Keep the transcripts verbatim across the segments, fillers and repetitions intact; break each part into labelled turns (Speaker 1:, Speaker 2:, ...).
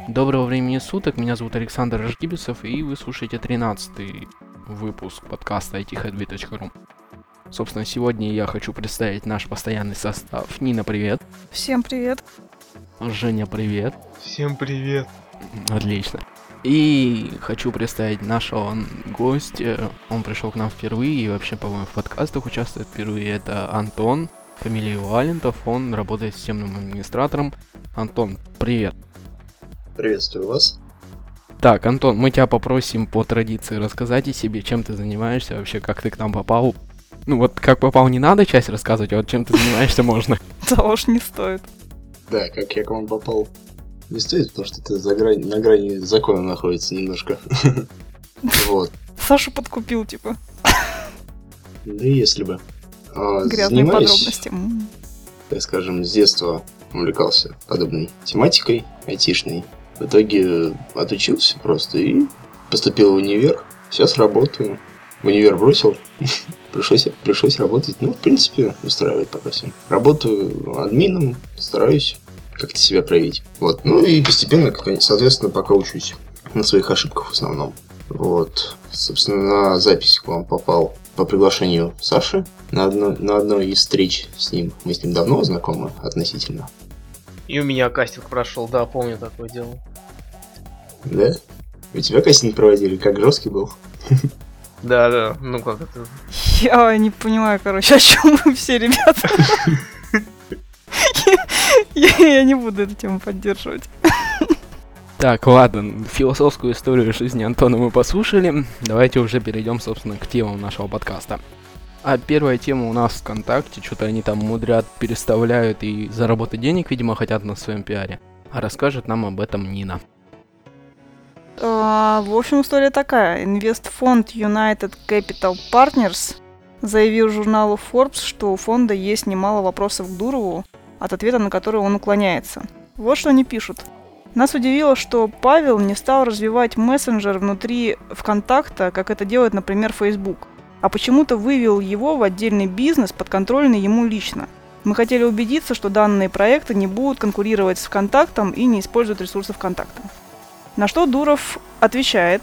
Speaker 1: Доброго времени суток, меня зовут Александр Рожгибисов, и вы слушаете тринадцатый выпуск подкаста ай ти хэдби точка ру. Собственно, сегодня я хочу представить наш постоянный состав. Нина, привет.
Speaker 2: Всем привет.
Speaker 1: Женя, привет.
Speaker 3: Всем привет.
Speaker 1: Отлично. И хочу представить нашего гостя. Он пришел к нам впервые и вообще, по-моему, в подкастах участвует впервые. Это Антон, фамилия Валентов. Он работает системным администратором. Антон, привет.
Speaker 4: Приветствую вас.
Speaker 1: Так, Антон, мы тебя попросим по традиции рассказать о себе, чем ты занимаешься, вообще, как ты к нам попал. Ну вот, как попал, не надо часть рассказывать, а вот чем ты занимаешься, можно.
Speaker 2: Да уж не стоит.
Speaker 4: Да, как я к вам попал, не стоит, потому что это за грани, на грани закона находится немножко. Вот.
Speaker 2: Сашу подкупил, типа.
Speaker 4: Да если бы.
Speaker 2: Грязные подробности.
Speaker 4: Так скажем, с детства увлекался подобной тематикой айтишной. В итоге отучился просто и поступил в универ. Сейчас работаю. В универ бросил. пришлось, пришлось работать. Ну, в принципе, устраивает пока все. Работаю админом, стараюсь как-то себя проявить. Вот. Ну и постепенно, соответственно, пока учусь на своих ошибках в основном. Вот. Собственно, на запись к вам попал по приглашению Саши на, одно, на одной из встреч с ним. Мы с ним давно знакомы относительно.
Speaker 3: И у меня кастинг прошел, да, помню такое дело.
Speaker 4: Да? У тебя кастинг проводили? Как жесткий был?
Speaker 3: Да, да, ну как это...
Speaker 2: Я не понимаю, короче, о чем мы все, ребята. Я не буду эту тему поддерживать.
Speaker 1: Так, ладно, философскую историю жизни Антона мы послушали. Давайте уже перейдем, собственно, к темам нашего подкаста. А первая тема у нас в ВКонтакте. Что-то они там мудрят, переставляют и заработать денег, видимо, хотят на своем пиаре. А расскажет нам об этом Нина.
Speaker 2: Uh, в общем, история такая. Инвестфонд United Capital Partners заявил журналу Forbes, что у фонда есть немало вопросов к Дурову, от ответа на которые он уклоняется. Вот что они пишут. Нас удивило, что Павел не стал развивать мессенджер внутри ВКонтакта, как это делает, например, Facebook, а почему-то вывел его в отдельный бизнес, подконтрольный ему лично. Мы хотели убедиться, что данные проекты не будут конкурировать с ВКонтактом и не используют ресурсы ВКонтакта. На что Дуров отвечает.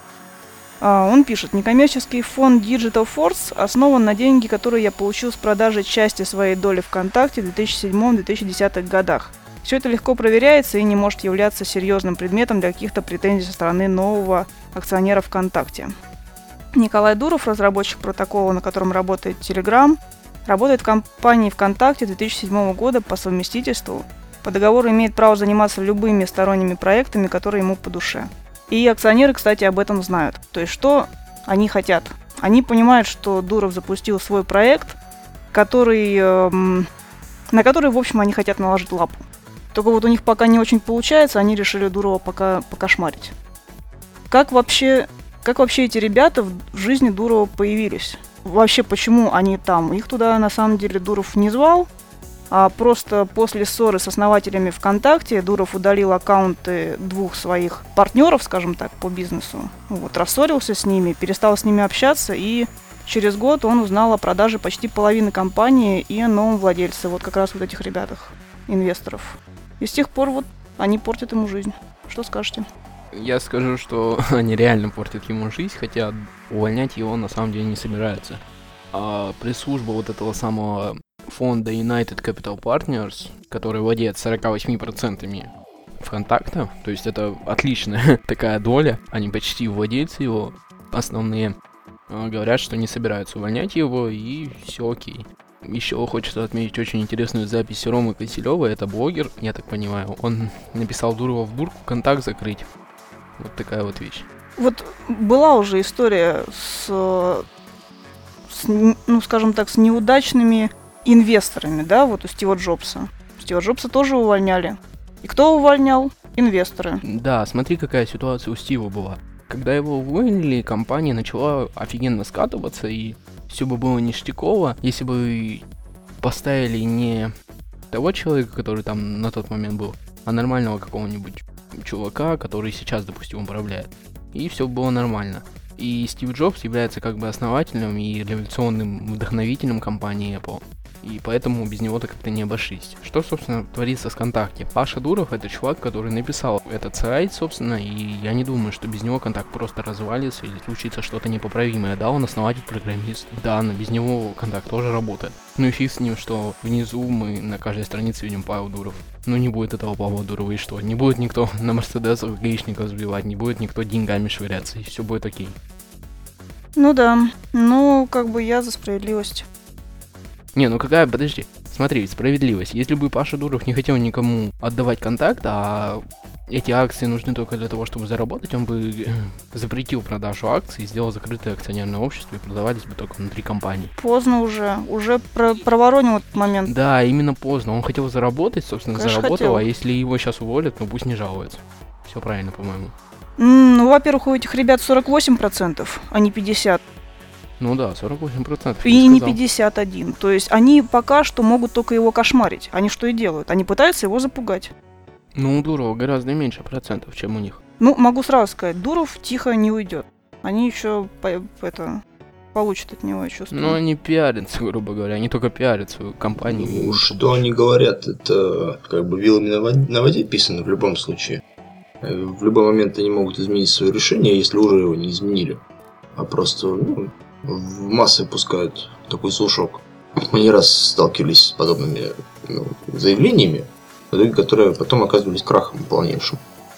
Speaker 2: Он пишет: некоммерческий фонд Digital Force основан на деньги, которые я получил с продажи части своей доли ВКонтакте в две тысячи седьмом - две тысячи десятом годах. Все это легко проверяется и не может являться серьезным предметом для каких-то претензий со стороны нового акционера ВКонтакте. Николай Дуров, разработчик протокола, на котором работает Telegram, работает в компании ВКонтакте две тысячи седьмого года по совместительству. По договору имеет право заниматься любыми сторонними проектами, которые ему по душе. И акционеры, кстати, об этом знают. То есть, что они хотят? Они понимают, что Дуров запустил свой проект, который, эм, на который, в общем, они хотят наложить лапу. Только вот у них пока не очень получается, они решили Дурова пока покошмарить. Как вообще, как вообще эти ребята в жизни Дурова появились? Вообще, почему они там? Их туда, на самом деле, Дуров не звал. А просто после ссоры с основателями ВКонтакте Дуров удалил аккаунты двух своих партнеров, скажем так, по бизнесу. Вот, рассорился с ними, перестал с ними общаться, и через год он узнал о продаже почти половины компании и о новом владельце, вот как раз вот этих ребятах, инвесторов. И с тех пор вот они портят ему жизнь. Что скажете?
Speaker 1: Я скажу, что они реально портят ему жизнь, хотя увольнять его на самом деле не собираются. А пресс-служба вот этого самого фонда United Capital Partners, который владеет сорок восемь процентов ВКонтакта, то есть это отличная такая доля, они почти владельцы его основные, говорят, что не собираются увольнять его, и все окей. Еще хочется отметить очень интересную запись Ромы Киселева, это блогер, я так понимаю, он написал Дурова в дурку контакт закрыть. Вот такая вот вещь.
Speaker 2: Вот была уже история с, с ну, скажем так, с неудачными инвесторами, да, вот у Стива Джобса. Стива Джобса тоже увольняли. И кто увольнял? Инвесторы.
Speaker 1: Да, смотри, какая ситуация у Стива была. Когда его уволили, компания начала офигенно скатываться, и все бы было ништяково, если бы поставили не того человека, который там на тот момент был, а нормального какого-нибудь чувака, который сейчас, допустим, управляет. И все было нормально. И Стив Джобс является как бы основателем и революционным вдохновителем компании Apple. И поэтому без него-то как-то не обошлись. Что, собственно, творится ВКонтакте? Паша Дуров — это чувак, который написал этот сайт, собственно, и я не думаю, что без него контакт просто развалится или случится что-то непоправимое. Да, он основатель-программист. Да, но без него контакт тоже работает. Ну и фиг с ним, что внизу мы на каждой странице видим Павел Дуров. Ну не будет этого Павла Дурова, и что? Не будет никто на Мерседесах гаишников сбивать, не будет никто деньгами швыряться, и все будет окей.
Speaker 2: Ну да, ну как бы я за справедливость.
Speaker 1: Не, ну какая, подожди, смотри, справедливость. Если бы Паша Дуров не хотел никому отдавать контакт, а эти акции нужны только для того, чтобы заработать, он бы запретил продажу акций, сделал закрытое акционерное общество и продавались бы только внутри компании.
Speaker 2: Поздно уже, уже про- проворонил этот момент.
Speaker 1: Да, именно поздно. Он хотел заработать, собственно,
Speaker 2: Конечно,
Speaker 1: заработал,
Speaker 2: хотел.
Speaker 1: а если его сейчас уволят, ну пусть не жалуется. Все правильно, по-моему.
Speaker 2: М, Ну, во-первых, у этих ребят сорок восемь процентов, а не пятьдесят процентов.
Speaker 1: Ну да, сорок восемь процентов.
Speaker 2: И не пятьдесят один. То есть они пока что могут только его кошмарить. Они что и делают? Они пытаются его запугать.
Speaker 1: Ну, у Дурова гораздо меньше процентов, чем у них.
Speaker 2: Ну, могу сразу сказать, Дуров тихо не уйдет. Они еще по- это, получат от него, я чувствую.
Speaker 1: Ну, они пиарятся, грубо говоря, они только пиарят свою компанию.
Speaker 4: Ну, что они говорят, это как бы вилами на воде, на воде писано в любом случае. Э, В любой момент они могут изменить свое решение, если уже его не изменили. А просто ну, в массы пускают такой слушок. Мы не раз сталкивались с подобными ну, заявлениями, в итоге которые потом оказывались крахом полнейшим.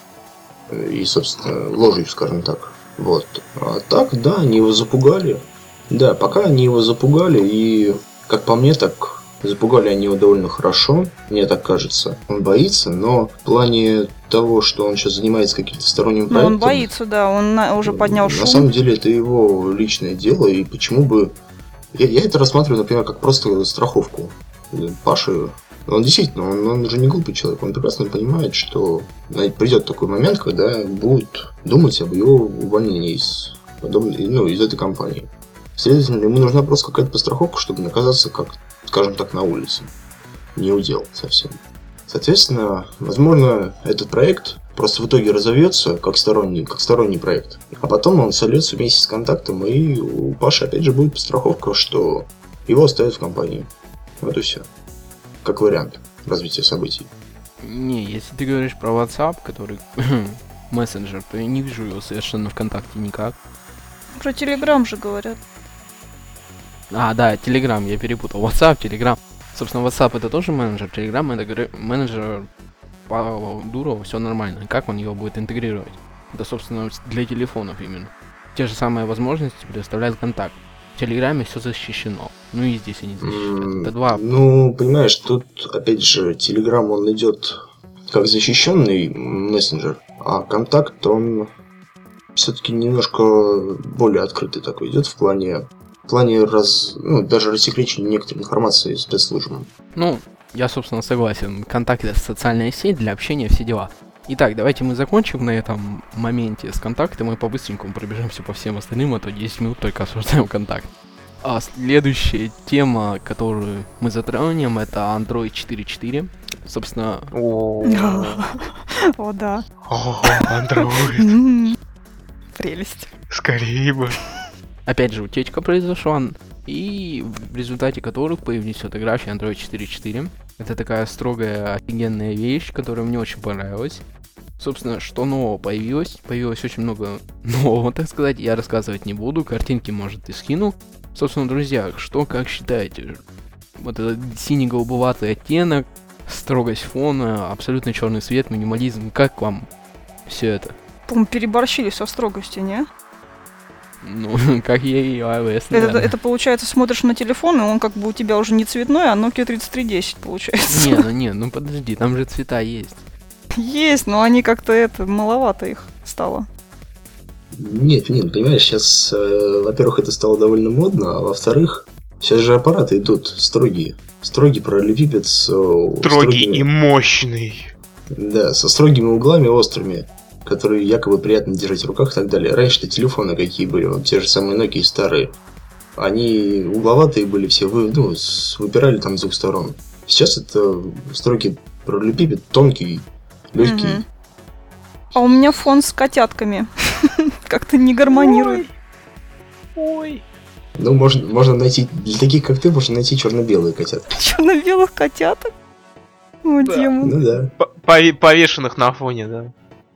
Speaker 4: И, собственно, ложью, скажем так. Вот. А так, да, они его запугали. Да, пока они его запугали, и, как по мне, так запугали они его довольно хорошо, мне так кажется. Он боится, но в плане того, что он сейчас занимается каким-то сторонним
Speaker 2: Ну,
Speaker 4: проектом...
Speaker 2: он боится, да, он на- уже поднял шум.
Speaker 4: На самом деле, это его личное дело, и почему бы... Я, я это рассматриваю, например, как просто страховку Паши. Он действительно, он, он же не глупый человек, он прекрасно понимает, что придет такой момент, когда будут думать об его увольнении из, подобной, ну, из этой компании. Следовательно, ему нужна просто какая-то подстраховка, чтобы не оказаться, как, скажем так, на улице. Не удел совсем. Соответственно, возможно, этот проект просто в итоге разовьется как сторонний, как сторонний проект. А потом он сольется вместе с контактом, и у Паши опять же будет подстраховка, что его оставят в компании. Вот и все. Как вариант развития событий.
Speaker 1: Не, если ты говоришь про WhatsApp, который мессенджер, то я не вижу его совершенно ВКонтакте никак.
Speaker 2: Про Телеграм же говорят.
Speaker 1: А, да, Telegram, я перепутал. WhatsApp, Telegram. Собственно, WhatsApp это тоже менеджер, Telegram это гре- менеджер Павла Дурова, все нормально. Как он его будет интегрировать? Это, собственно, для телефонов именно. Те же самые возможности предоставляет контакт. В Телеграме все защищено. Ну и здесь они защищают. Это два.
Speaker 4: Ну, понимаешь, тут, опять же, Telegram, он идет как защищенный мессенджер, а контакт, он все-таки немножко более открытый такой идет в плане, в плане раз, ну, даже рассекречения некоторой информации спецслужбам.
Speaker 1: Ну, я, собственно, согласен. Контакт — это социальная сеть для общения, все дела. Итак, давайте мы закончим на этом моменте с контактом и по-быстренькому пробежимся по всем остальным, а то десять минут только обсуждаем контакт. А следующая тема, которую мы затронем, это Android четыре точка четыре. Собственно...
Speaker 3: О,
Speaker 2: О, да.
Speaker 3: Android,
Speaker 2: М, Прелесть.
Speaker 3: скорее бы.
Speaker 1: Опять же, утечка произошла, и в результате которых появились фотографии Android четыре точка четыре. Это такая строгая, офигенная вещь, которая мне очень понравилась. Собственно, что нового появилось? Появилось очень много нового, так сказать. Я рассказывать не буду, картинки, может, и скину. Собственно, друзья, что, как считаете? Вот этот синий-голубоватый оттенок, строгость фона, абсолютно черный цвет, минимализм. Как вам все это?
Speaker 2: По-моему, переборщили со строгостью, не?
Speaker 1: Ну, как я и iOS,
Speaker 2: Это,
Speaker 1: наверное.
Speaker 2: это, получается, смотришь на телефон, и он как бы у тебя уже не цветной, а Nokia тридцать три десять получается.
Speaker 1: Не, ну не, ну подожди, там же цвета есть.
Speaker 2: Есть, но они как-то это, маловато их стало.
Speaker 4: Нет, нет, понимаешь, сейчас, э, во-первых, это стало довольно модно, а во-вторых, сейчас же аппараты идут строгие. Строгий параллелепипед с э,
Speaker 3: Строгий
Speaker 4: строгими-
Speaker 3: и мощный.
Speaker 4: Да, со строгими углами острыми, которые якобы приятно держать в руках и так далее. Раньше-то телефоны какие были, вот те же самые Nokia старые. Они угловатые были все, вы, ну, с- выпирали там с двух сторон. Сейчас это строгий параллелепипед, тонкий, легкий.
Speaker 2: Мгм. А у меня фон с котятками. Как-то не гармонирует.
Speaker 3: Ой.
Speaker 4: Ну, можно, можно найти, для таких, как ты, можно найти черно-белые котят.
Speaker 2: Черно-белых котяток? О,
Speaker 3: Да.
Speaker 2: демон.
Speaker 4: Ну да.
Speaker 3: П- пове- Повешенных на фоне, да.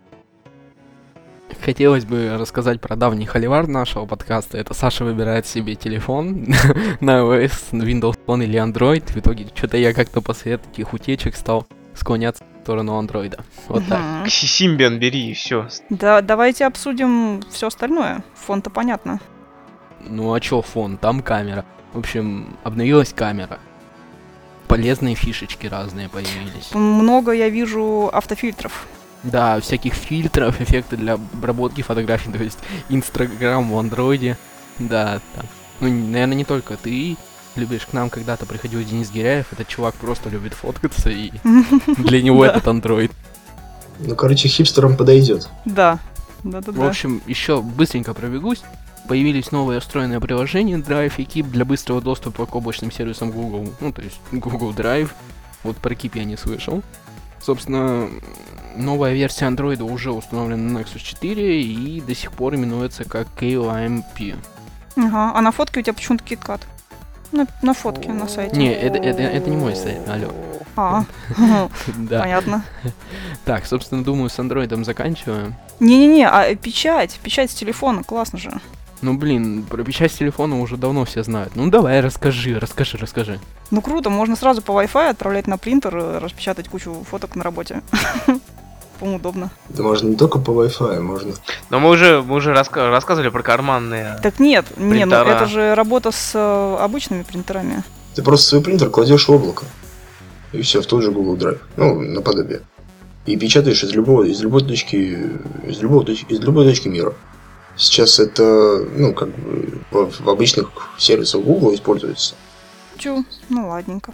Speaker 1: Хотелось бы рассказать про давний холивар нашего подкаста. Это Саша выбирает себе телефон на iOS, Windows Phone или Android. В итоге что-то я как-то после этих утечек стал склоняться в сторону андроида. Вот так.
Speaker 2: Мгм.
Speaker 3: Си- Симбиан бери и все.
Speaker 2: Да, давайте обсудим все остальное. Фон-то понятно.
Speaker 1: Ну а чё фон? Там камера. В общем, обновилась камера. Полезные фишечки разные появились.
Speaker 2: Много я вижу автофильтров.
Speaker 1: Да, всяких фильтров, эффекты для обработки фотографий, то есть Инстаграм в андроиде. Да, там. Ну, наверное, не только ты любишь. К нам когда-то приходил Денис Гиряев. Этот чувак просто любит фоткаться, и для него
Speaker 2: Да.
Speaker 1: этот андроид.
Speaker 4: Ну, короче, хипстерам подойдет.
Speaker 2: Да.
Speaker 1: В
Speaker 2: Да-да-да.
Speaker 1: общем, еще быстренько пробегусь. Появились новые встроенные приложения Drive и Keep для быстрого доступа к облачным сервисам Google. Ну, то есть Google Drive. Вот про Keep я не слышал. Собственно, новая версия Android уже установлена на Nexus четыре и до сих пор именуется как кей о эм пи.
Speaker 2: Ага. А на фотке у тебя почему-то KitKat. На, на фотке на сайте.
Speaker 1: Не, это, это, это не мой сайт, алло.
Speaker 2: А,
Speaker 1: Да.
Speaker 2: понятно.
Speaker 1: Так, собственно, думаю, с андроидом заканчиваем.
Speaker 2: Не-не-не, а печать, печать с телефона, классно же.
Speaker 1: Ну, блин, про печать с телефона уже давно все знают. Ну, давай, расскажи, расскажи, расскажи.
Speaker 2: Ну круто, можно сразу по Wi-Fi отправлять на принтер, э, распечатать кучу фоток на работе. По-моему, удобно.
Speaker 4: Да можно не только по Wi-Fi, можно...
Speaker 3: Но мы уже, мы уже раска- рассказывали про карманные.
Speaker 2: Так нет, не, ну
Speaker 3: Принтера.
Speaker 2: это же работа с э, обычными принтерами.
Speaker 4: Ты просто свой принтер кладешь в облако. И все, в тот же Google Drive. Ну, наподобие. И печатаешь из любого, из любой точки, из любого точ- из любой точки мира. Сейчас это, ну, как бы, в, в обычных сервисах Google используется.
Speaker 2: Чу, ну ладненько.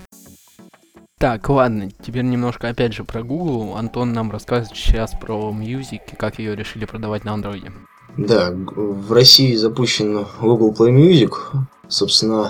Speaker 1: Так, ладно, теперь немножко опять же про Google. Антон нам расскажет сейчас про Music и как ее решили продавать на андроиде.
Speaker 4: Да, г- в России запущен Google Play Music. Собственно,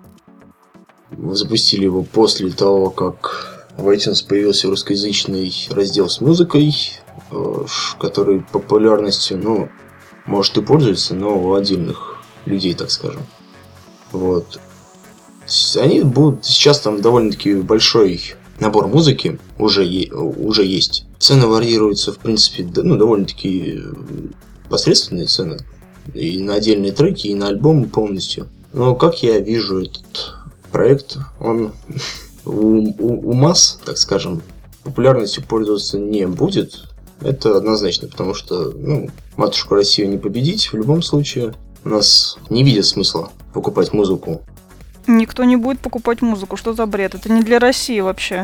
Speaker 4: запустили его после того, как в iTunes появился русскоязычный раздел с музыкой, э, ш- который популярностью, ну, может и пользуется, но у отдельных людей, так скажем. Вот. С- Они будут... Сейчас там довольно-таки большой набор музыки уже, е- уже есть. Цены варьируются, в принципе, д- ну, довольно-таки посредственные цены. И на отдельные треки, и на альбомы полностью. Но как я вижу этот проект, он у, у- у масс, так скажем, популярностью пользоваться не будет. Это однозначно, потому что, ну, матушку Россию не победить в любом случае. У нас не видят смысла покупать музыку.
Speaker 2: Никто не будет покупать музыку, что за бред? Это не для России вообще.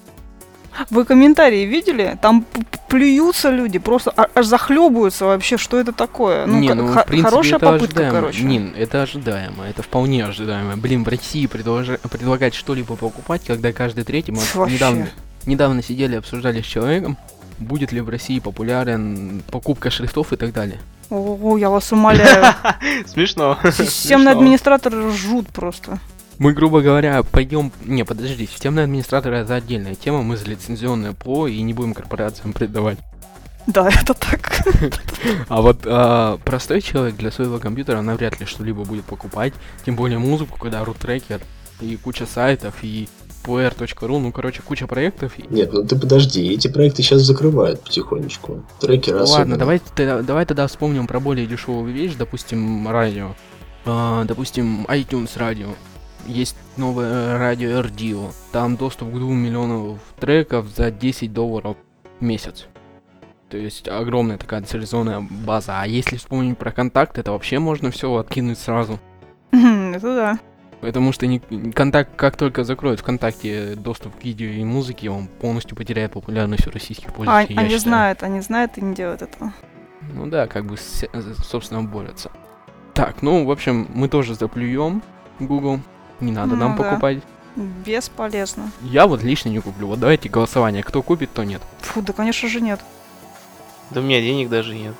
Speaker 2: Вы комментарии видели? Там п- п- плюются люди, просто а- аж захлебываются вообще, что это такое. Ну,
Speaker 1: не,
Speaker 2: ка-
Speaker 1: ну,
Speaker 2: х-
Speaker 1: в принципе,
Speaker 2: хорошая
Speaker 1: это
Speaker 2: попытка,
Speaker 1: ожидаемо.
Speaker 2: короче.
Speaker 1: Нин, это ожидаемо, это вполне ожидаемо. Блин, в России предложа- предлагать что-либо покупать, когда каждый третий... Мы
Speaker 2: Фу, вообще.
Speaker 1: недавно, недавно сидели, обсуждали с человеком, будет ли в России популярен покупка шрифтов и так далее.
Speaker 2: О, я вас умоляю.
Speaker 3: Смешно.
Speaker 2: Системные
Speaker 3: Смешно.
Speaker 2: администраторы ржут просто.
Speaker 1: Мы, грубо говоря, пойдем... Не, подожди, системные администраторы — это отдельная тема, мы за лицензионное ПО и не будем корпорациям предавать.
Speaker 2: Да, это так.
Speaker 1: А вот а, простой человек для своего компьютера навряд ли что-либо будет покупать, тем более музыку, когда RootTracker и куча сайтов, и плеер точка ру, ну, короче, куча проектов. и-
Speaker 4: Нет, ну ты подожди, эти проекты сейчас закрывают потихонечку. Трекеры
Speaker 1: Ну,
Speaker 4: особенно.
Speaker 1: ладно, давай, тогда- давай тогда вспомним про более дешевую вещь, допустим, радио. А, допустим, iTunes радио. Есть новое радио эр-ди о. Там доступ к двум миллионам треков за десять долларов в месяц. То есть огромная такая централизованная база. А если вспомнить про контакт, это вообще можно все откинуть сразу.
Speaker 2: Мгм, это да.
Speaker 1: Потому что не, контакт, как только закроют ВКонтакте доступ к видео и музыке, он полностью потеряет популярность у российских
Speaker 2: А,
Speaker 1: пользователей. я
Speaker 2: они
Speaker 1: считаю.
Speaker 2: знают, они знают и не делают этого.
Speaker 1: Ну да, как бы, с- собственно, борются. Так, ну, в общем, мы тоже заплюем Google. Не надо нам
Speaker 2: Ну да.
Speaker 1: покупать.
Speaker 2: Бесполезно.
Speaker 1: Я вот лично не куплю. Вот давайте голосование. Кто купит, то нет.
Speaker 2: Фу, да, конечно же, нет.
Speaker 3: Да у меня денег даже нет.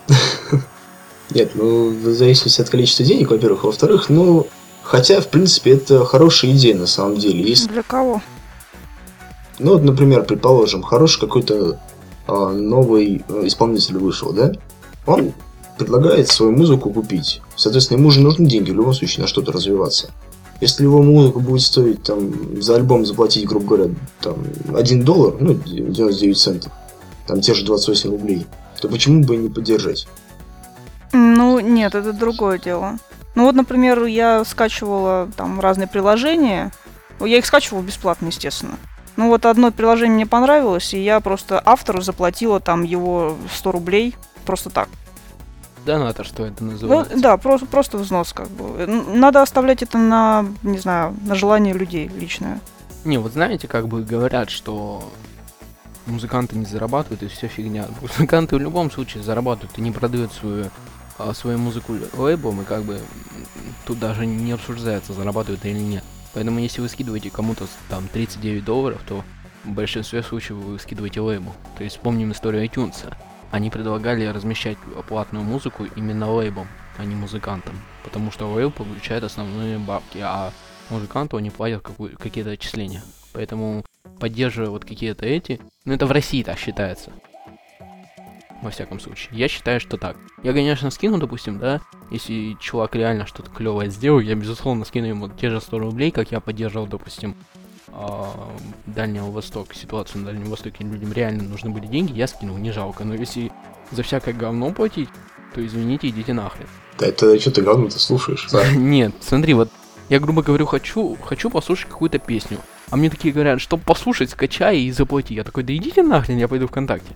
Speaker 4: Нет, ну, в зависимости от количества денег, во-первых. Во-вторых, ну, хотя, в принципе, это хорошая идея на самом деле. Если,
Speaker 2: Для кого?
Speaker 4: ну, вот, например, предположим, хороший какой-то а, новый а, исполнитель вышел, да? Он предлагает свою музыку купить. Соответственно, ему же нужны деньги в любом случае на что-то развиваться. Если его музыка будет стоить там за альбом заплатить, грубо говоря, там один доллар, ну, девяносто девять центов, там те же двадцать восемь рублей, то почему бы и не поддержать?
Speaker 2: Ну, нет, это другое дело. Ну вот, например, я скачивала там разные приложения. Я их скачивала бесплатно, естественно. Ну вот одно приложение мне понравилось, и я просто автору заплатила там его сто рублей просто так.
Speaker 1: Донатор, что это называется?
Speaker 2: Ну, да, просто, просто взнос как бы. Надо оставлять это на, не знаю, на желание людей личное.
Speaker 1: Не, вот знаете, как бы говорят, что музыканты не зарабатывают, и все фигня. Музыканты в любом случае зарабатывают и не продают свою, свою музыку лейблом, и как бы тут даже не обсуждается, зарабатывают или нет. Поэтому если вы скидываете кому-то там тридцать девять долларов, то в большинстве случаев вы скидываете лейблу. То есть вспомним историю iTunes. Они предлагали размещать платную музыку именно лейблом, а не музыкантам. Потому что лейбл получает основные бабки, а музыканту они платят какую- какие-то отчисления. Поэтому, поддерживая вот какие-то эти... Ну, это в России так считается. Во всяком случае. Я считаю, что так. Я, конечно, скину, допустим, да, если чувак реально что-то клевое сделал, я, безусловно, скину ему те же сто рублей, как я поддерживал, допустим, Дальнего Востока, ситуацию на Дальнем Востоке, людям реально нужны были деньги, я скинул, не жалко. Но если за всякое говно платить, то извините, идите нахрен.
Speaker 4: Да это что ты говно-то слушаешь, Саш?
Speaker 1: Нет, смотри, вот я, грубо говоря, хочу, хочу послушать какую-то песню, а мне такие говорят, что послушать, скачай и заплати. Я такой, да идите нахрен, я пойду ВКонтакте.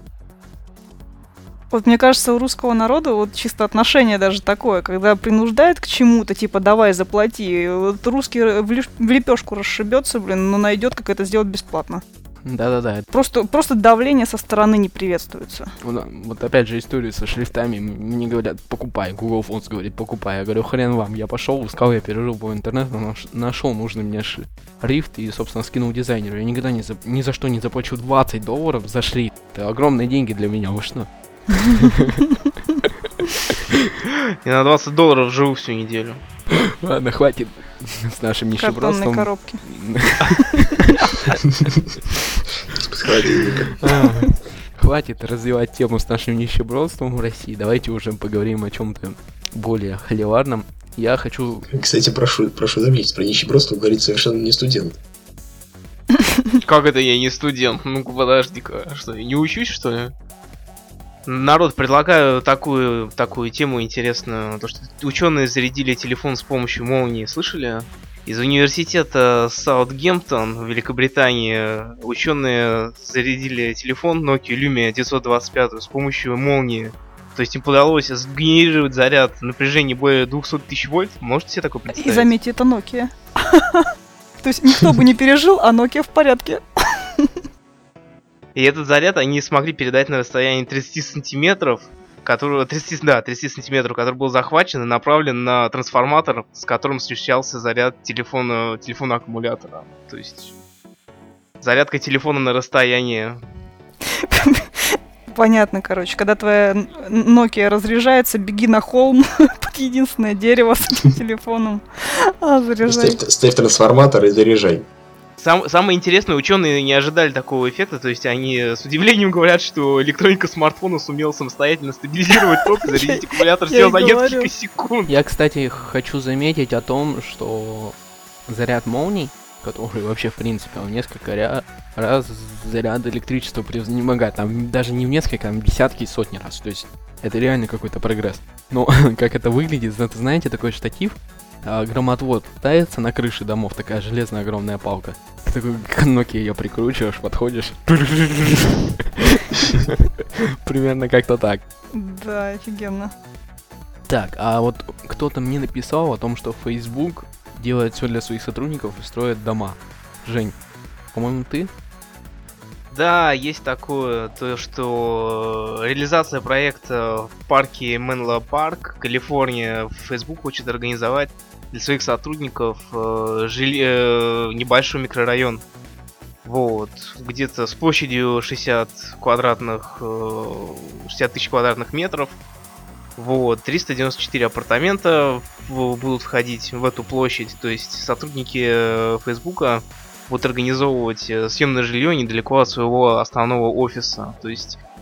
Speaker 2: Вот мне кажется, у русского народа вот чисто отношение даже такое, когда принуждают к чему-то, типа давай заплати. Вот русский в, лиш- в лепешку расшибется, блин, но найдет, как это сделать бесплатно.
Speaker 1: Да-да-да.
Speaker 2: Просто, просто давление со стороны не приветствуется.
Speaker 1: Вот, вот опять же историю со шрифтами. Мне говорят, покупай. Google Fonts говорит, покупай. Я говорю, хрен вам. Я пошел, искал, я пережил по интернету, наш, нашел нужный мне шрифт и, собственно, скинул дизайнеру. Я никогда ни за, ни за что не заплачу двадцать долларов за шрифт. Это огромные деньги для меня, вы что?
Speaker 3: Я на двадцать долларов живу всю неделю.
Speaker 1: Ладно, хватит с нашим нищебродством.
Speaker 2: Картонные коробки.
Speaker 4: С холодильника.
Speaker 1: Хватит развивать тему с нашим нищебродством в России. Давайте уже поговорим о чем-то более холиварном. Я хочу...
Speaker 4: Кстати, прошу, прошу заметить, про нищебродство говорит совершенно не студент.
Speaker 3: Как это я не студент? Ну-ка, подожди-ка. Что, я не учусь, что ли? Народ, предлагаю такую, такую тему интересную. То, что ученые зарядили телефон с помощью молнии. Слышали? Из университета Саутгемптон в Великобритании ученые зарядили телефон Nokia Lumia девятьсот двадцать пять с помощью молнии. То есть им удалось сгенерировать заряд напряжения более двести тысяч вольт. Можете себе такое представить?
Speaker 2: И заметьте, это Nokia. То есть никто бы не пережил, а Nokia в порядке.
Speaker 3: И этот заряд они смогли передать на расстоянии тридцать сантиметров, который, тридцать, да, тридцать сантиметров, который был захвачен и направлен на трансформатор, с которым осуществлялся заряд телефона, телефона аккумулятора. То есть зарядка телефона на расстоянии.
Speaker 2: Понятно, короче. Когда твоя Nokia разряжается, беги на холм под единственное дерево с этим телефоном. А, заряжай.
Speaker 4: Ставь, ставь трансформатор и заряжай.
Speaker 3: Сам, самое интересное, ученые не ожидали такого эффекта, то есть они с удивлением говорят, что электроника смартфона сумела самостоятельно стабилизировать ток и зарядить аккумулятор всего за несколько секунд.
Speaker 1: Я, кстати, хочу заметить о том, что заряд молний, который вообще, в принципе, он несколько ря- раз заряд электричества превозмогает, там даже не в несколько, там десятки и сотни раз, то есть это реально какой-то прогресс. Но как это выглядит, знаете, такой штатив, громотвод ставится на крыше домов, такая железная огромная палка. Ты такой к Nokia ее прикручиваешь, подходишь. Примерно как-то так.
Speaker 2: Да, офигенно.
Speaker 1: Так, а вот кто-то мне написал о том, что Facebook делает все для своих сотрудников и строит дома. Жень, по-моему, ты?
Speaker 3: Да, есть такое, то что реализация проекта в парке Менло Парк, Калифорния, Facebook хочет организовать для своих сотрудников э, жили, э, небольшой микрорайон. Вот, где-то с площадью шестьдесят квадратных, э, шестьдесят тысяч квадратных метров. Вот, триста девяносто четыре апартамента в, будут входить в эту площадь. То есть сотрудники э, Фейсбука будут организовывать съемное жилье недалеко от своего основного офиса. То есть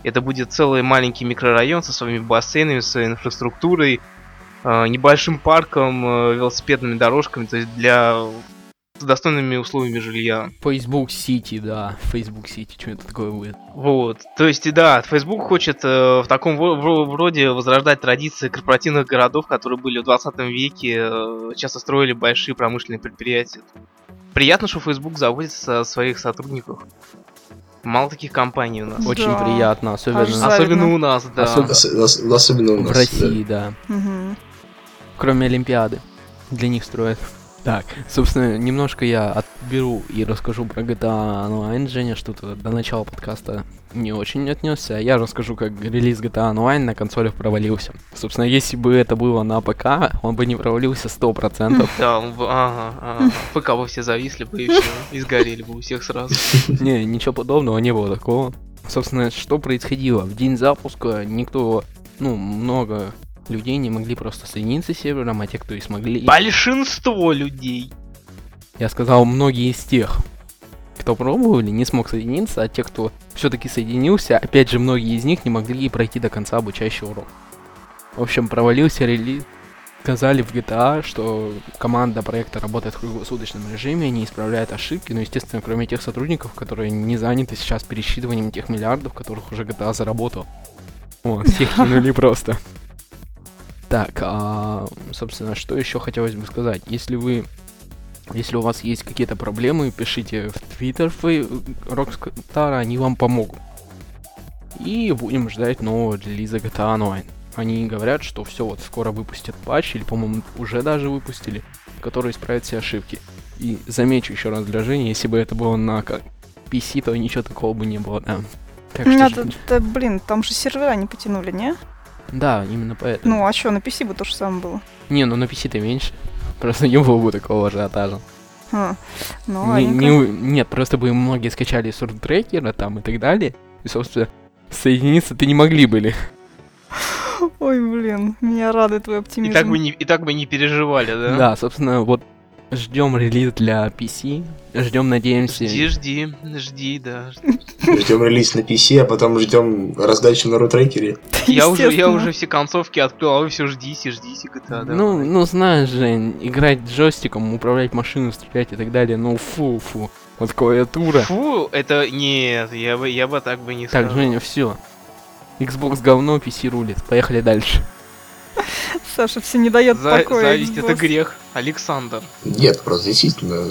Speaker 3: Это будет целый маленький микрорайон со своими бассейнами, со своей инфраструктурой, э, небольшим парком, э, велосипедными дорожками, то есть для с достойными условиями жилья.
Speaker 1: Facebook City, да, Facebook City, что это такое будет?
Speaker 3: Вот, то есть, и да, Facebook хочет э, в таком в- в- вроде возрождать традиции корпоративных городов, которые были в двадцатом веке, э, часто строили большие промышленные предприятия. Приятно, что Facebook заботится о своих сотрудниках. Мало таких компаний у нас.
Speaker 1: Очень
Speaker 2: Да.
Speaker 1: приятно,
Speaker 2: Аж
Speaker 1: особенно
Speaker 2: завидно.
Speaker 3: Особенно у нас, да.
Speaker 1: Особ-
Speaker 4: Ос- ос- Особенно у нас.
Speaker 1: в России, да.
Speaker 2: Мгм.
Speaker 1: Кроме Олимпиады. Для них строят. Так, собственно, немножко я отберу и расскажу про джи ти эй Online. Женя что-то до начала подкаста не очень отнесся. Я расскажу, как релиз джи ти эй Online на консолях провалился. Собственно, если бы это было на ПК, он бы не провалился сто процентов.
Speaker 3: Да, он бы- ага, ага. ПК бы все зависли бы и все, и сгорели бы у всех сразу.
Speaker 1: Не, ничего подобного, не было такого. Собственно, что происходило? В день запуска никто, ну, много людей не могли просто соединиться с сервером, а те, кто и смогли...
Speaker 3: Большинство людей.
Speaker 1: Я сказал, многие из тех, кто пробовали, не смог соединиться, а те, кто все-таки соединился, опять же, многие из них не могли пройти до конца обучающий урок. В общем, провалился релиз. Сказали в джи ти эй, что команда проекта работает в круглосуточном режиме, не исправляет ошибки, но, естественно, кроме тех сотрудников, которые не заняты сейчас пересчитыванием тех миллиардов, которых уже джи ти эй заработал. Вот, всех кинули просто. Так, а, собственно, что еще хотелось бы сказать? Если вы, если у вас есть какие-то проблемы, пишите в Твиттер Rockstar, они вам помогут. И будем ждать нового релиза джи ти эй Online. Они говорят, что все, вот скоро выпустят патч, или, по-моему, уже даже выпустили, который исправит все ошибки. И замечу еще раз для Жени, если бы это было на как пи си, то ничего такого бы не было, да. Так что
Speaker 2: Надо,
Speaker 1: ждите.
Speaker 2: да, блин, там же сервера не потянули, не?
Speaker 1: Да, именно поэтому.
Speaker 2: Ну, а что, на пи си бы то же самое было.
Speaker 1: Не, ну на пи си-то меньше. Просто не было бы такого ажиотажа.
Speaker 2: А, ну,
Speaker 1: Не-
Speaker 2: ладненько.
Speaker 1: не у- нет, просто бы многие скачали суртрекера там и так далее. И, собственно, соединиться ты не могли были.
Speaker 2: Ой, блин, меня радует твой
Speaker 3: И
Speaker 2: оптимизм.
Speaker 3: так бы не, и так бы не переживали, да?
Speaker 1: Да, собственно, вот ждем релиз для пи си. Ждем, надеемся.
Speaker 3: Жди, жди, жди, да.
Speaker 4: Ждем релиз на пи си, а потом ждем раздачу на рутрекере.
Speaker 3: Я уже, я
Speaker 2: Естественно.
Speaker 3: уже все концовки открыл, а вы все ждите, ждите джи ти эй, да.
Speaker 1: Ну, ну, знаешь, Жень, играть джойстиком, управлять машиной, стрелять и так далее, ну фу-фу. Вот клавиатура.
Speaker 3: Фу, это нет, я бы, я бы так бы не
Speaker 1: Так,
Speaker 3: сказал.
Speaker 1: Женя, все. Xbox говно, пи си рулит. Поехали дальше.
Speaker 2: Саша все не дает
Speaker 3: За-
Speaker 2: покоя.
Speaker 3: зависть
Speaker 2: Xbox.
Speaker 3: это грех, Александр.
Speaker 4: Нет, просто действительно.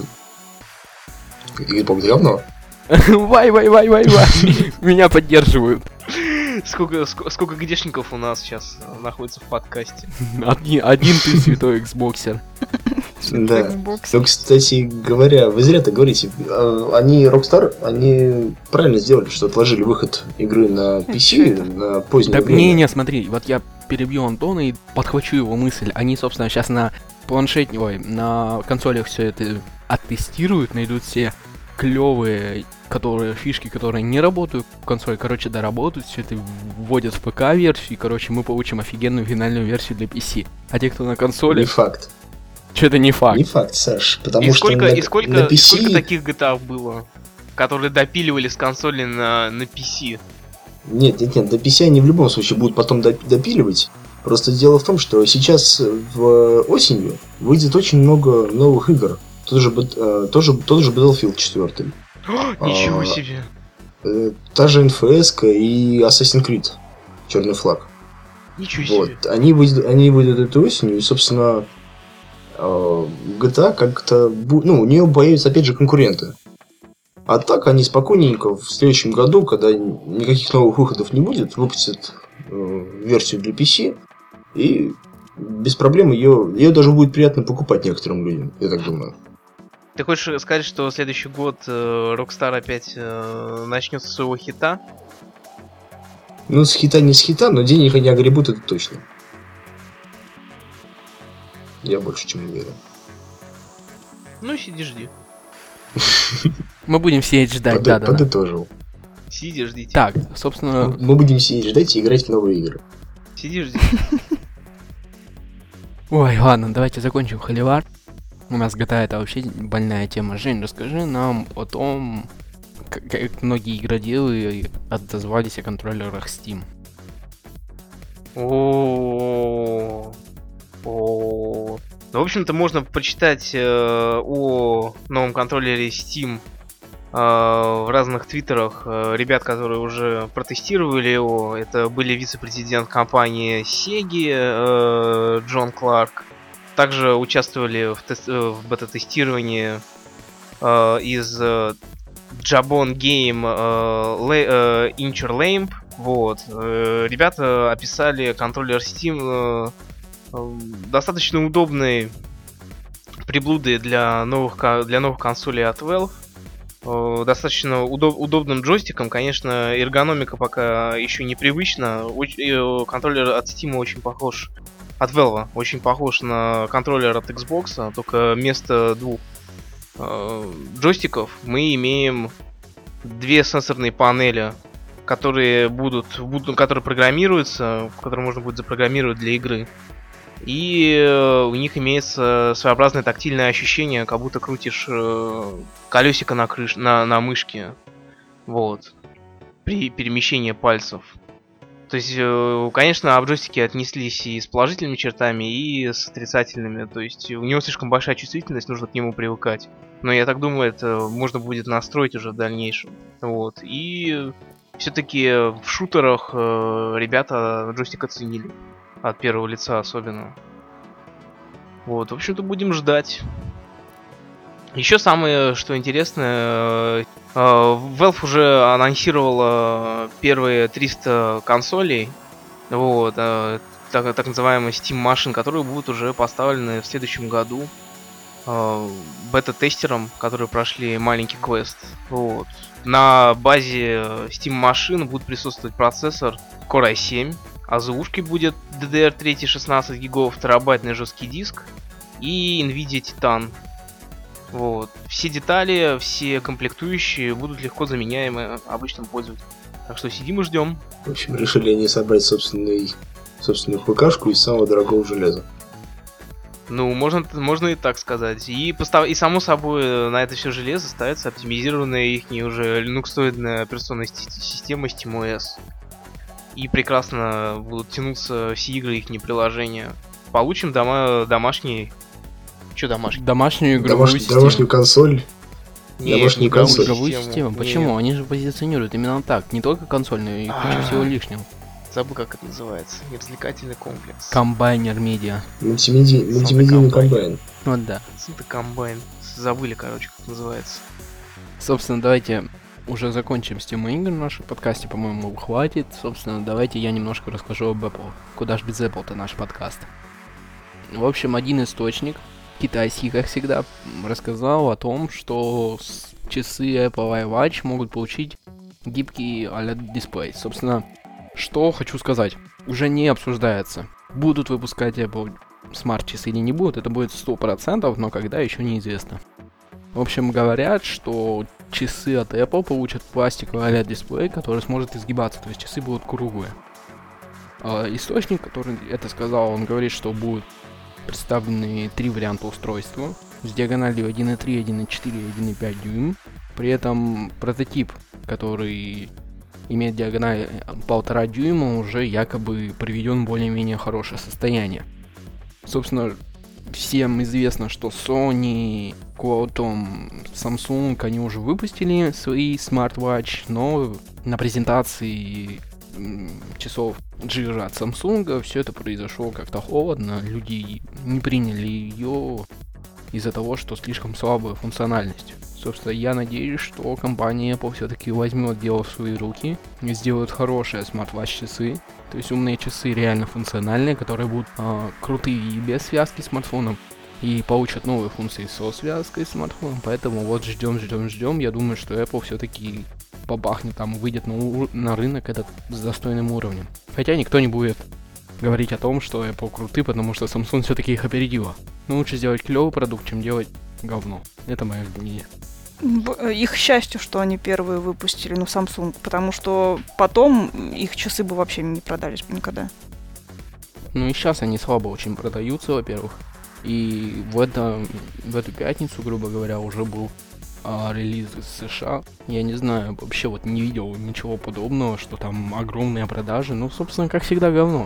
Speaker 4: Xbox говно.
Speaker 1: Вай, вай, вай, вай, вай. Меня поддерживают.
Speaker 3: Сколько, ск- сколько грешников у нас сейчас находится в подкасте.
Speaker 1: Один, один ты святой Xboxер.
Speaker 4: Да.
Speaker 2: Xbox.
Speaker 4: Ну, кстати говоря, вы зря так говорите. А, Они, Rockstar, они правильно сделали, что отложили выход игры на пи си
Speaker 2: Это?
Speaker 4: на позднее
Speaker 1: Так,
Speaker 4: время.
Speaker 1: не-не, смотри, вот я перебью Антона и подхвачу его мысль. Они, собственно, сейчас на планшете, ой, на консолях все это оттестируют, найдут все клевые, которые, фишки, которые не работают в консоли, короче, доработают, все это вводят в ПК-версию, и, короче, мы получим офигенную финальную версию для пи си. А те, кто на
Speaker 4: Не
Speaker 1: консоли,
Speaker 4: факт.
Speaker 1: что-то не факт.
Speaker 4: Не факт, Саш. Потому
Speaker 3: И
Speaker 4: что
Speaker 3: сколько,
Speaker 4: на,
Speaker 3: и сколько,
Speaker 4: на
Speaker 3: и
Speaker 4: пи си...
Speaker 3: сколько таких джи ти эй было, которые допиливали с консоли на, на пи си?
Speaker 4: Нет, нет, нет, до пи си они в любом случае будут потом доп- допиливать. Просто дело в том, что сейчас в осенью выйдет очень много новых игр. Тот же, Бэт- э, тоже, тот же Battlefield четыре.
Speaker 3: Ничего
Speaker 4: А,
Speaker 3: себе.
Speaker 4: Э, Та же эн эф эс и Assassin's Creed. Черный флаг.
Speaker 3: Ничего себе.
Speaker 4: Вот. Они выйдут, они выйдут этой осенью, и, собственно, э, джи ти эй как-то... бу- Ну, у нее появятся, опять же, конкуренты. А так они спокойненько в следующем году, когда никаких новых выходов не будет, выпустят э, версию для пи си, и без проблем ее, ее даже будет приятно покупать некоторым людям, я так думаю.
Speaker 3: Ты хочешь сказать, что следующий год э, Rockstar опять э, начнет с своего хита?
Speaker 4: Ну, с хита не с хита, но денег они огребут, это точно. Я больше чем уверен.
Speaker 3: Ну, сиди, жди.
Speaker 1: Мы будем сидеть ждать,
Speaker 4: Под-
Speaker 1: да-да-да.
Speaker 4: Подытожил.
Speaker 3: Сиди, ждите.
Speaker 1: Так, собственно,
Speaker 4: Мы будем сидеть ждать и играть в новые игры.
Speaker 3: Сиди, жди.
Speaker 1: ой, ладно, давайте закончим холивар. У нас джи ти эй это вообще больная тема. Жень, расскажи нам о том, как, как многие игроделы отозвались о контроллерах Steam.
Speaker 3: О, о. Ну, в общем-то, можно почитать э, о новом контроллере Steam э, в разных твиттерах э, ребят, которые уже протестировали его. Это были вице-президент компании Sega э, Джон Кларк. Также участвовали в, тест- в бета-тестировании э, из э, Jabon Game э, Le- э, Incher Lamp. Вот. Э, ребята описали контроллер Steam э, э, достаточно удобной приблудой для новых, для новых консолей от Valve. Э, достаточно удоб- удобным джойстиком. Конечно, эргономика пока еще непривычна. Оч- э, контроллер от Steam очень похож, от Valve, очень похож на контроллер от Xbox, только вместо двух э, джойстиков мы имеем две сенсорные панели, которые будут, будут, которые программируются, которые можно будет запрограммировать для игры. И э, у них имеется своеобразное тактильное ощущение, как будто крутишь э, колесико на, крыш... на, на мышке. Вот. При перемещении пальцев. То есть, э, конечно, об джойстике отнеслись и с положительными чертами, и с отрицательными. То есть у него слишком большая чувствительность, нужно к нему привыкать. Но я так думаю, это можно будет настроить уже в дальнейшем. Вот. И все-таки в шутерах э, ребята джойстик оценили. От первого лица особенно. Вот, в общем-то, будем ждать. Еще самое, что интересное, э, Valve уже анонсировала первые триста консолей. Вот, э, так, так называемые Steam Machine, которые будут уже поставлены в следующем году э, бета-тестерам, которые прошли маленький квест. Вот. На базе Steam Machine будет присутствовать процессор Core ай семь. А за ушки будет ди ди ар три шестнадцать гигов, терабайтный жесткий диск и Nvidia Titan. Вот. Все детали, все комплектующие будут легко заменяемы обычным пользователям. Так что сидим и ждем.
Speaker 4: В общем, решили они собрать собственный, собственную ПКшку из самого дорогого железа.
Speaker 3: Ну, можно, можно и так сказать. И, постав... и само собой на это все железо ставится оптимизированная их уже линуксоидная операционная система SteamOS. И прекрасно будут тянуться все игры, их приложения. Получим дома... домашний... Че домашний?
Speaker 1: Домашнюю игровую
Speaker 4: Домаш...
Speaker 1: систему.
Speaker 4: Домашнюю консоль.
Speaker 3: Не,
Speaker 4: домашнюю
Speaker 3: игровую
Speaker 4: консоль.
Speaker 1: Игровую
Speaker 3: систему.
Speaker 1: систему.
Speaker 3: Нет.
Speaker 1: Почему? Они же позиционируют именно так. Не только консольную, и куча всего лишнего.
Speaker 3: Забыл, как это называется. Развлекательный комплекс.
Speaker 1: Комбайнер медиа.
Speaker 4: Мультимеди... Мультимедийный комбайн.
Speaker 1: Вот да.
Speaker 3: Это комбайн. Забыли, короче, как называется.
Speaker 1: Собственно, давайте уже закончим с темой игр в нашем подкасте, по-моему, хватит. Собственно, давайте я немножко расскажу об Apple. Куда ж без Apple-то наш подкаст. В общем, один источник, китайский, как всегда, рассказал о том, что часы Apple iWatch могут получить гибкий эл и ди-дисплей. Собственно, что хочу сказать. Уже не обсуждается, будут выпускать Apple смарт-часы или не будут. Это будет сто процентов, но когда, еще неизвестно. В общем, говорят, что часы от Apple получат пластиковый эл и ди-дисплей, который сможет изгибаться, то есть часы будут круглые. А источник, который это сказал, он говорит, что будут представлены три варианта устройства с диагональю один и три, один и четыре, один и пять дюйм. При этом прототип, который имеет диагональ полтора дюйма, уже якобы приведен в более-менее хорошее состояние. Собственно, всем известно, что Sony, Qualcomm, Samsung, они уже выпустили свои смарт-ватч, но на презентации часов джи ар от Samsung все это произошло как-то холодно, люди не приняли ее из-за того, что слишком слабая функциональность. Собственно, я надеюсь, что компания Apple все-таки возьмет дело в свои руки и сделает хорошие смарт-ватч часы, то есть умные часы реально функциональные, которые будут а, крутые и без связки с смартфоном, и получат новые функции со связкой с смартфоном, поэтому вот ждем, ждем, ждем. Я думаю, что Apple все-таки побахнет, там выйдет на, у- на рынок этот с достойным уровнем. Хотя никто не будет говорить о том, что Apple круты, потому что Samsung все-таки их опередила. Но лучше сделать клевый продукт, чем делать говно. Это мое мнение.
Speaker 2: Их счастью, что они первые выпустили, ну, Samsung, потому что потом их часы бы вообще не продались бы никогда.
Speaker 1: Ну и сейчас они слабо очень продаются, во-первых. И в, это, в эту пятницу, грубо говоря, уже был а, релиз из США. Я не знаю, вообще вот не видел ничего подобного, что там огромные продажи. Ну, собственно, как всегда, говно.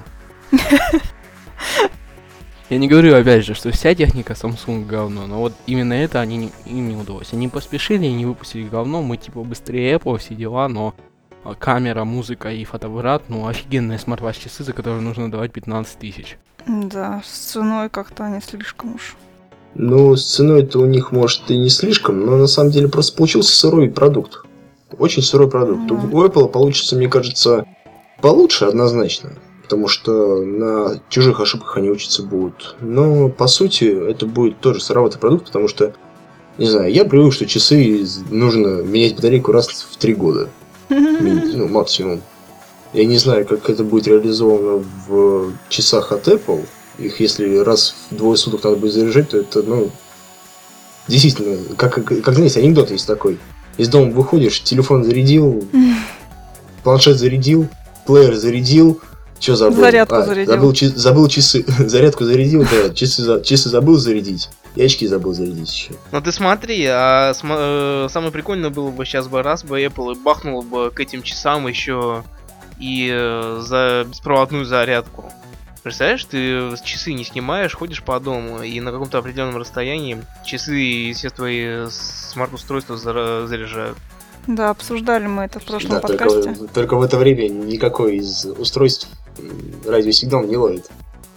Speaker 1: Я не говорю, опять же, что вся техника Samsung говно, но вот именно это они не, им не удалось. Они поспешили и не выпустили говно, мы типа быстрее Apple, все дела, но камера, музыка и фотоаппарат, ну офигенные смарт-ватч-часы, за которые нужно давать пятнадцать тысяч.
Speaker 2: Да, с ценой как-то они слишком уж.
Speaker 4: Ну, с ценой-то у них, может, и не слишком, но на самом деле просто получился сырой продукт. Очень сырой продукт. Mm. У Apple получится, мне кажется, получше однозначно. Потому что на чужих ошибках они учиться будут. Но, по сути, это будет тоже сыроватый продукт, потому что, не знаю, я привык, что часы нужно менять батарейку раз в три года. Ну, максимум. Я не знаю, как это будет реализовано в часах от Apple. Их, если раз в двое суток надо будет заряжать, то это, ну, действительно, как, как, как знаете, анекдот есть такой. Из дома выходишь, телефон зарядил, планшет зарядил, плеер зарядил. Что забыл?
Speaker 2: Зарядку
Speaker 4: а,
Speaker 2: зарядил.
Speaker 4: Забыл, чи- забыл часы. Зарядку зарядил, да. Часы, за- часы забыл зарядить. И очки забыл зарядить еще.
Speaker 3: Ну ты смотри, а см- э, самое прикольное было бы сейчас бы раз бы Apple и бахнула бы к этим часам еще и э, за беспроводную зарядку. Представляешь, ты часы не снимаешь, ходишь по дому и на каком-то определенном расстоянии часы и все твои смарт-устройства зара- заряжают.
Speaker 2: Да, обсуждали мы это в прошлом
Speaker 4: Да,
Speaker 2: подкасте.
Speaker 4: только, только в это время никакой из устройств радиосигнал не ловит.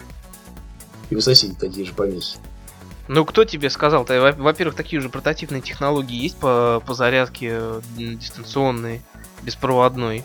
Speaker 4: И у соседей такие же помехи.
Speaker 3: Ну, кто тебе сказал-то? Во- Во-первых, такие же портативные технологии есть по, по зарядке э, дистанционной, беспроводной.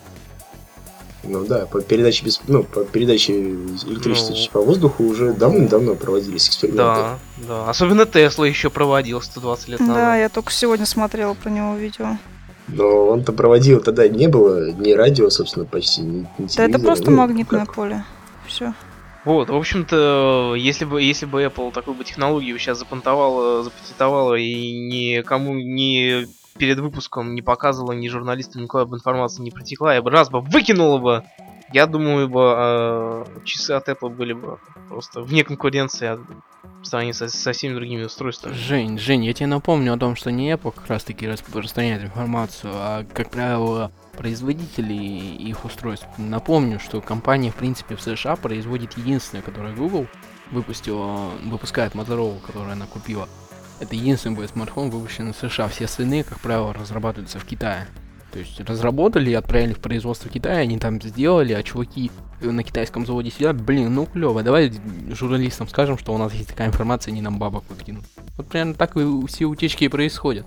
Speaker 4: Ну да, по передаче, без... ну, по передаче электричества
Speaker 3: Ну.
Speaker 4: по воздуху уже давным-давно проводились эксперименты.
Speaker 3: Да, да. Особенно Тесла еще проводил сто двадцать лет назад.
Speaker 2: Да, я только сегодня смотрела про него видео.
Speaker 4: Но он-то проводил, тогда не было ни радио, собственно, почти, ни, ни
Speaker 2: Да это
Speaker 4: телевизора,
Speaker 2: просто
Speaker 4: ну,
Speaker 2: магнитное
Speaker 4: как.
Speaker 2: поле. Все.
Speaker 3: Вот, в общем-то, если бы, если бы Apple такую бы технологию сейчас запатентовала, запатентовала и никому ни перед выпуском не показывала, ни журналистам никакой бы информации не протекла, я бы раз бы выкинула бы, я думаю, бы э, часы от Apple были бы просто вне конкуренции в сравнении со, со всеми другими устройствами.
Speaker 1: Жень, Жень, я тебе напомню о том, что не Apple как раз таки распространяет информацию, а, как правило, производители их устройств. Напомню, что компания, в принципе, в США производит единственное, которое Google выпустила, выпускает Motorola, которую она купила. Это единственный будет смартфон, выпущенный в США. Все остальные, как правило, разрабатываются в Китае. То есть разработали и отправили в производство Китая, они там сделали, а чуваки на китайском заводе сидят, блин, ну клево, давай журналистам скажем, что у нас есть такая информация, они нам бабок подкинут. Вот примерно так и все утечки и происходят.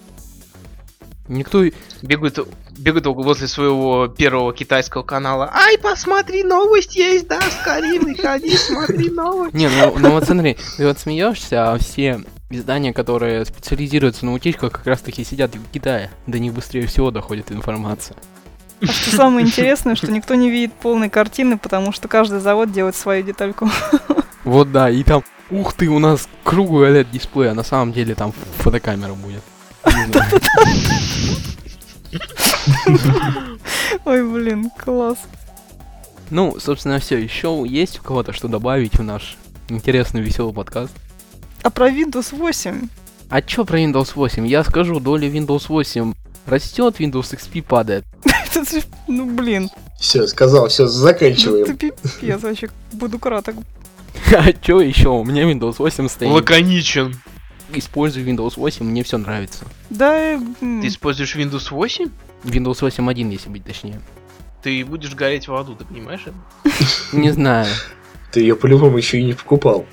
Speaker 1: Никто...
Speaker 3: Бегают, бегают возле своего первого китайского канала. Ай, посмотри, новость есть, да, скорее выходи, смотри новость.
Speaker 1: Не, ну, ну вот смотри, ты вот смеешься, а все издания, которые специализируются на утечках, как раз таки сидят в Китае. До них быстрее всего доходит информация.
Speaker 2: А что самое интересное, что никто не видит полной картины, потому что каждый завод делает свою детальку.
Speaker 1: Вот да, и там, ух ты, у нас круглый эл и ди-дисплей, а на самом деле там фотокамера будет.
Speaker 2: Ой, блин, класс.
Speaker 1: Ну, собственно, все. Еще есть у кого-то что добавить в наш интересный, веселый подкаст?
Speaker 2: А про Windows восемь?
Speaker 1: А чё про Windows восемь? Я скажу, доля Windows восемь растет, Windows икс пи падает.
Speaker 2: Это ж, ну, блин.
Speaker 4: Все, сказал, все,
Speaker 2: Ну,
Speaker 4: заканчиваем.
Speaker 2: ты пипец, вообще, буду краток.
Speaker 1: А чё еще? У меня Windows восемь стоит.
Speaker 3: Лаконичен.
Speaker 1: Использую Windows восемь, мне все нравится.
Speaker 2: Да, м,
Speaker 3: Ты используешь Windows восемь?
Speaker 1: Windows восемь один, если быть точнее.
Speaker 3: Ты будешь гореть в аду, ты понимаешь это?
Speaker 1: Не знаю.
Speaker 4: Ты ее по-любому еще и не покупал.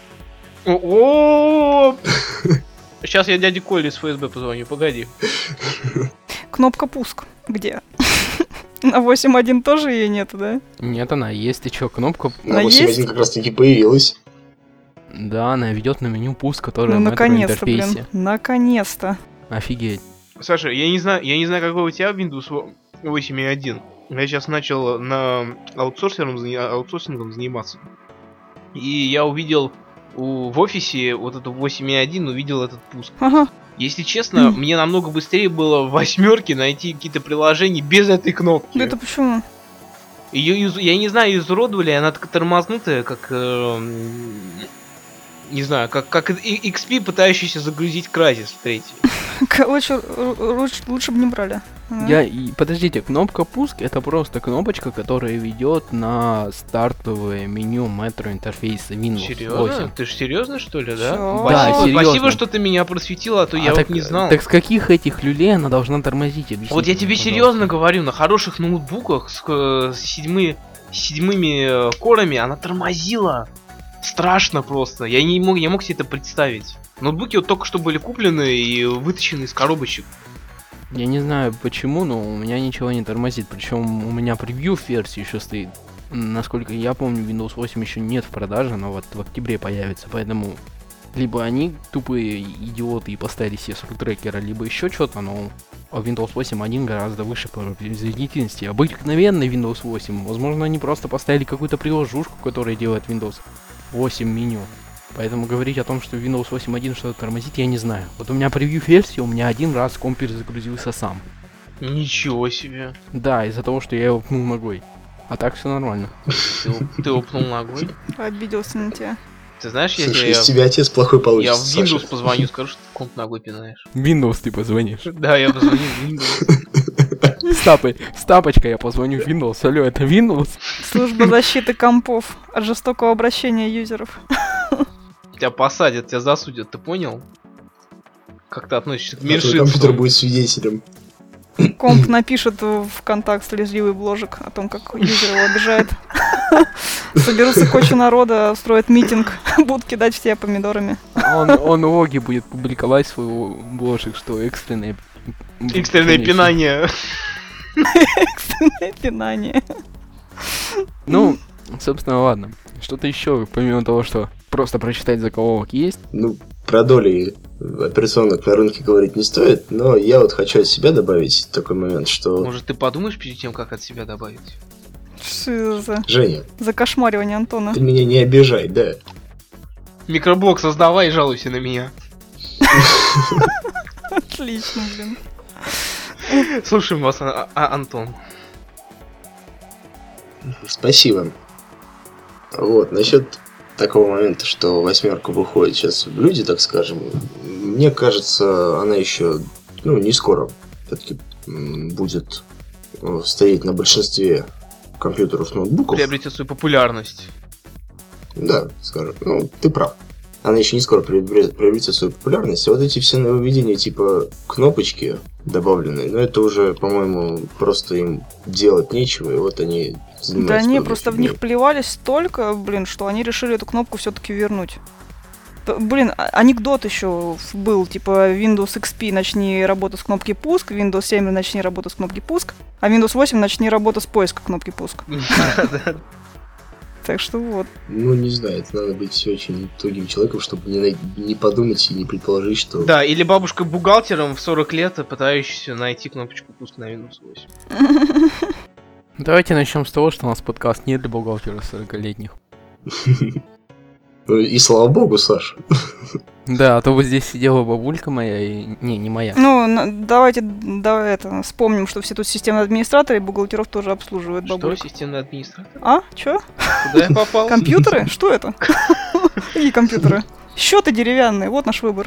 Speaker 3: О, сейчас я дяде Коле из эф эс бэ позвоню, погоди.
Speaker 2: кнопка пуск. Где? На восемь один тоже ее нету, да?
Speaker 1: Нет, она есть. Ты чё, кнопку?
Speaker 4: На
Speaker 2: Она
Speaker 4: восемь один
Speaker 2: есть?
Speaker 4: как раз таки появилась.
Speaker 1: Да, она ведет на меню пуск, которое
Speaker 2: Ну,
Speaker 1: в
Speaker 2: наконец-то, блин.
Speaker 1: интерфейсе.
Speaker 2: Наконец-то.
Speaker 1: Офигеть.
Speaker 3: Саша, я не знаю, я не знаю, какой у тебя Windows восемь один. Я сейчас начал на аутсорсингом, заня- аутсорсингом заниматься. И я увидел у, в офисе вот эту восемь один, увидел этот пуск.
Speaker 2: Ага.
Speaker 3: Если честно, мне намного быстрее было в восьмерке найти какие-то приложения без этой кнопки.
Speaker 2: Да это почему?
Speaker 3: Ее, я не знаю, изуродовали, она так тормознутая, как... э, Не знаю, как, как и- икс пи, пытающийся загрузить Crysis в третий.
Speaker 2: Лучше, лучше, лучше бы не брали. Да.
Speaker 1: Я, и, подождите, кнопка пуск это просто кнопочка, которая ведет на стартовое меню метро интерфейса Windows
Speaker 3: Серьезно?
Speaker 1: восемь.
Speaker 3: Ты ж серьезно, что ли, да?
Speaker 2: Чё?
Speaker 1: Да,
Speaker 3: Спасибо,
Speaker 1: серьезно.
Speaker 3: спасибо, что ты меня просветил, а то я
Speaker 1: А
Speaker 3: вот
Speaker 1: так,
Speaker 3: не знал.
Speaker 1: Так с каких этих люлей она должна тормозить? Объясните
Speaker 3: Вот я
Speaker 1: мне,
Speaker 3: тебе
Speaker 1: пожалуйста.
Speaker 3: серьезно говорю, на хороших ноутбуках с, э, с седьмы- с седьмыми э, корами она тормозила. Страшно просто. Я не мог, я мог себе это представить. Ноутбуки вот только что были куплены и вытащены из коробочек.
Speaker 1: Я не знаю почему, но у меня ничего не тормозит. Причем у меня превью версии еще стоит. Насколько я помню, Windows восемь еще нет в продаже, но вот в октябре появится. Поэтому либо они тупые идиоты и поставили себе срок трекера, либо еще что-то, но Windows восемь один гораздо выше по производительности. Обыкновенный Windows восемь. Возможно, они просто поставили какую-то приложушку, которая делает Windows восемь меню. Поэтому говорить о том, что Windows восемь один что-то тормозит, я не знаю. Вот у меня превью-версия, у меня один раз комп перезагрузился сам.
Speaker 3: Ничего себе.
Speaker 1: Да, из-за того, что я его пнул ногой. А так все нормально.
Speaker 3: Ты, ты упнул ногой.
Speaker 2: Обиделся на тебя.
Speaker 3: Ты знаешь, если
Speaker 4: Слушай,
Speaker 3: я,
Speaker 4: из тебя отец плохой
Speaker 3: я
Speaker 4: получится,
Speaker 3: в Windows
Speaker 4: Саша.
Speaker 3: позвоню, скажу, что ты комп ногой пинаешь.
Speaker 1: Windows ты позвонишь.
Speaker 3: Да, я позвоню в Windows.
Speaker 1: С тапой, с тапочкой я позвоню в Windows. Алло, это Windows?
Speaker 2: Служба защиты компов от жестокого обращения юзеров.
Speaker 3: Тебя посадят, тебя засудят, ты понял? Как ты относишься к
Speaker 4: А твой компьютер
Speaker 3: меньшинству?
Speaker 4: будет свидетелем.
Speaker 2: Комп напишет в ВКонтакт слезливый бложек о том, как юзер его обижает. Соберутся куча народа, устроят митинг, будут кидать в тебя помидорами.
Speaker 1: Он, он в логе будет публиковать свой бложек, что экстренное...
Speaker 3: Экстренное пинание.
Speaker 2: Экстренное пинание.
Speaker 1: Ну, собственно, ладно. Что-то еще, помимо того, что просто прочитать заголовок есть?
Speaker 4: Ну, про доли операционок на рынке говорить не стоит, но я вот хочу от себя добавить такой момент, что...
Speaker 3: Может, ты подумаешь перед тем, как от себя добавить?
Speaker 2: Что это за
Speaker 4: Женя,
Speaker 2: закошмаривание Антона?
Speaker 4: ты меня не обижай, да?
Speaker 3: Микроблок создавай и жалуйся на меня.
Speaker 2: Отлично, блин.
Speaker 3: Слушаем вас, а- а- Антон.
Speaker 4: Спасибо. Вот, насчет такого момента, что восьмерка выходит сейчас в люди, так скажем, мне кажется, она еще, ну, не скоро все-таки будет э, стоять на большинстве компьютеров, ноутбуков.
Speaker 3: Приобретет свою популярность.
Speaker 4: Да, скажем, ну, ты прав. Она еще не скоро приобре- приобретет свою популярность. А вот эти все нововведения, типа кнопочки добавленные, ну, это уже, по-моему, просто им делать нечего, и вот они занимаются
Speaker 2: Да не,
Speaker 4: подобной
Speaker 2: просто в
Speaker 4: фигней.
Speaker 2: них плевались столько, блин, что они решили эту кнопку все-таки вернуть. Т- Блин, а- анекдот еще был, типа Windows икс пи начни работу с кнопки пуск, Windows семь начни работу с кнопки пуск, а Windows восемь начни работу с поиска кнопки пуск.
Speaker 3: Да.
Speaker 2: Так что вот.
Speaker 4: Ну, не знаю, это надо быть очень тугим человеком, чтобы не, най- не подумать и не предположить, что...
Speaker 3: Да, или бабушка-бухгалтером в сорок лет, пытающаяся найти кнопочку пуск на Windows восемь.
Speaker 1: Давайте начнем с того, что у нас подкаст не для бухгалтеров сорокалетних.
Speaker 4: Ну, и слава богу, Саша.
Speaker 1: Да, а то вот здесь сидела бабулька моя и... Не, не моя.
Speaker 2: Ну, на- давайте давай это, вспомним, что все тут системные администраторы и бухгалтеров тоже обслуживают
Speaker 3: Что,
Speaker 2: бабулек.
Speaker 3: системный администратор?
Speaker 2: А? Чё?
Speaker 3: Куда я попал?
Speaker 2: Компьютеры? Что это? Какие компьютеры? Счеты деревянные, вот наш выбор.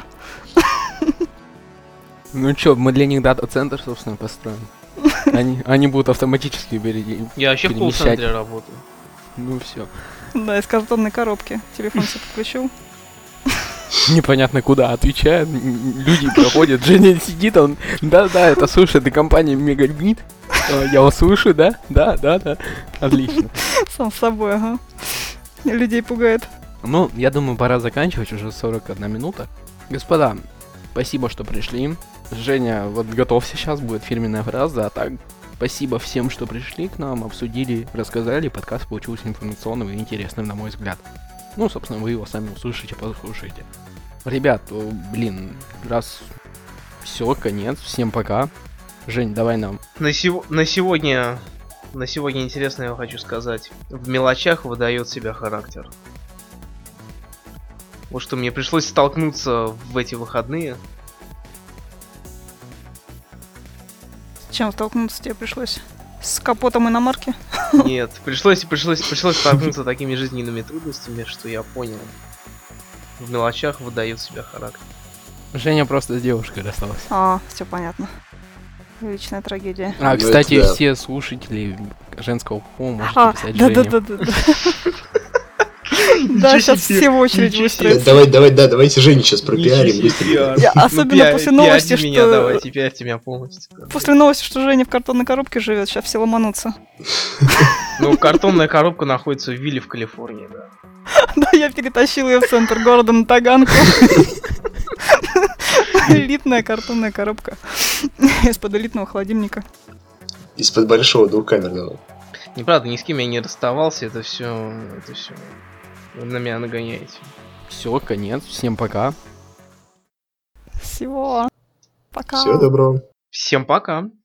Speaker 1: Ну чё, мы для них дата-центр, собственно, построим. Они, они будут автоматически перейти.
Speaker 3: Я вообще в
Speaker 1: перемещать.
Speaker 3: колл-центре работаю.
Speaker 1: Ну все.
Speaker 2: Да, из картонной коробки. Телефон себе подключил.
Speaker 1: Непонятно куда отвечает. м, Люди проходят, Женя сидит, он... Да-да, это слушай, ты компания Мегабит. А, Я вас слышу, да? Да, да, да. Отлично.
Speaker 2: Сам с собой, ага. Людей пугает.
Speaker 1: Ну, я думаю, пора заканчивать, уже сорок одна минута. Господа, спасибо, что пришли. Женя, вот готовься, сейчас будет фирменная фраза, а так, спасибо всем, что пришли к нам, обсудили, рассказали, подкаст получился информационным и интересным, на мой взгляд. Ну, собственно, вы его сами услышите, послушайте. Ребят, о, блин, раз все, конец, всем пока. Жень, давай нам.
Speaker 3: На, сего- на сегодня... На сегодня интересно я хочу сказать. В мелочах выдает себя характер. Вот что мне пришлось столкнуться в эти выходные.
Speaker 2: С чем столкнуться тебе пришлось? С капотом иномарки?
Speaker 3: Нет, пришлось, пришлось, пришлось столкнуться с такими жизненными трудностями, что я понял. в мелочах выдают себя характер.
Speaker 1: Женя просто с девушкой рассталась.
Speaker 2: А, все понятно. Личная трагедия.
Speaker 1: А,
Speaker 4: Ну,
Speaker 1: кстати,
Speaker 4: это да.
Speaker 1: все слушатели женского пола можете
Speaker 2: А,
Speaker 1: писать
Speaker 2: да,
Speaker 1: Жене.
Speaker 2: да, да, да, да. Да, сейчас все в очередь
Speaker 3: Ничего себе.
Speaker 2: выстроятся.
Speaker 4: Давай, давай, да, давайте Женю сейчас пропиарим.
Speaker 3: Ничего себе,
Speaker 4: быстренько.
Speaker 3: пиар.
Speaker 2: Я-
Speaker 3: Ну,
Speaker 2: особенно
Speaker 3: пиар-
Speaker 2: после новости,
Speaker 3: пиарьте меня,
Speaker 2: что-
Speaker 3: давайте, пиарьте меня полностью.
Speaker 2: После новости, что Женя в картонной коробке живет, сейчас все ломанутся.
Speaker 3: Ну, картонная коробка находится в вилле в Калифорнии, да.
Speaker 2: Да, я перетащила ее в центр города на Таганку. Элитная картонная коробка. Из-под элитного холодильника.
Speaker 4: Из-под большого двухкамерного.
Speaker 3: Неправда, ни с кем я не расставался, это все, это все. Вы на меня нагоняете.
Speaker 1: Все, конец. Всем пока.
Speaker 2: Всего. Пока.
Speaker 4: Всего доброго.
Speaker 3: Всем пока.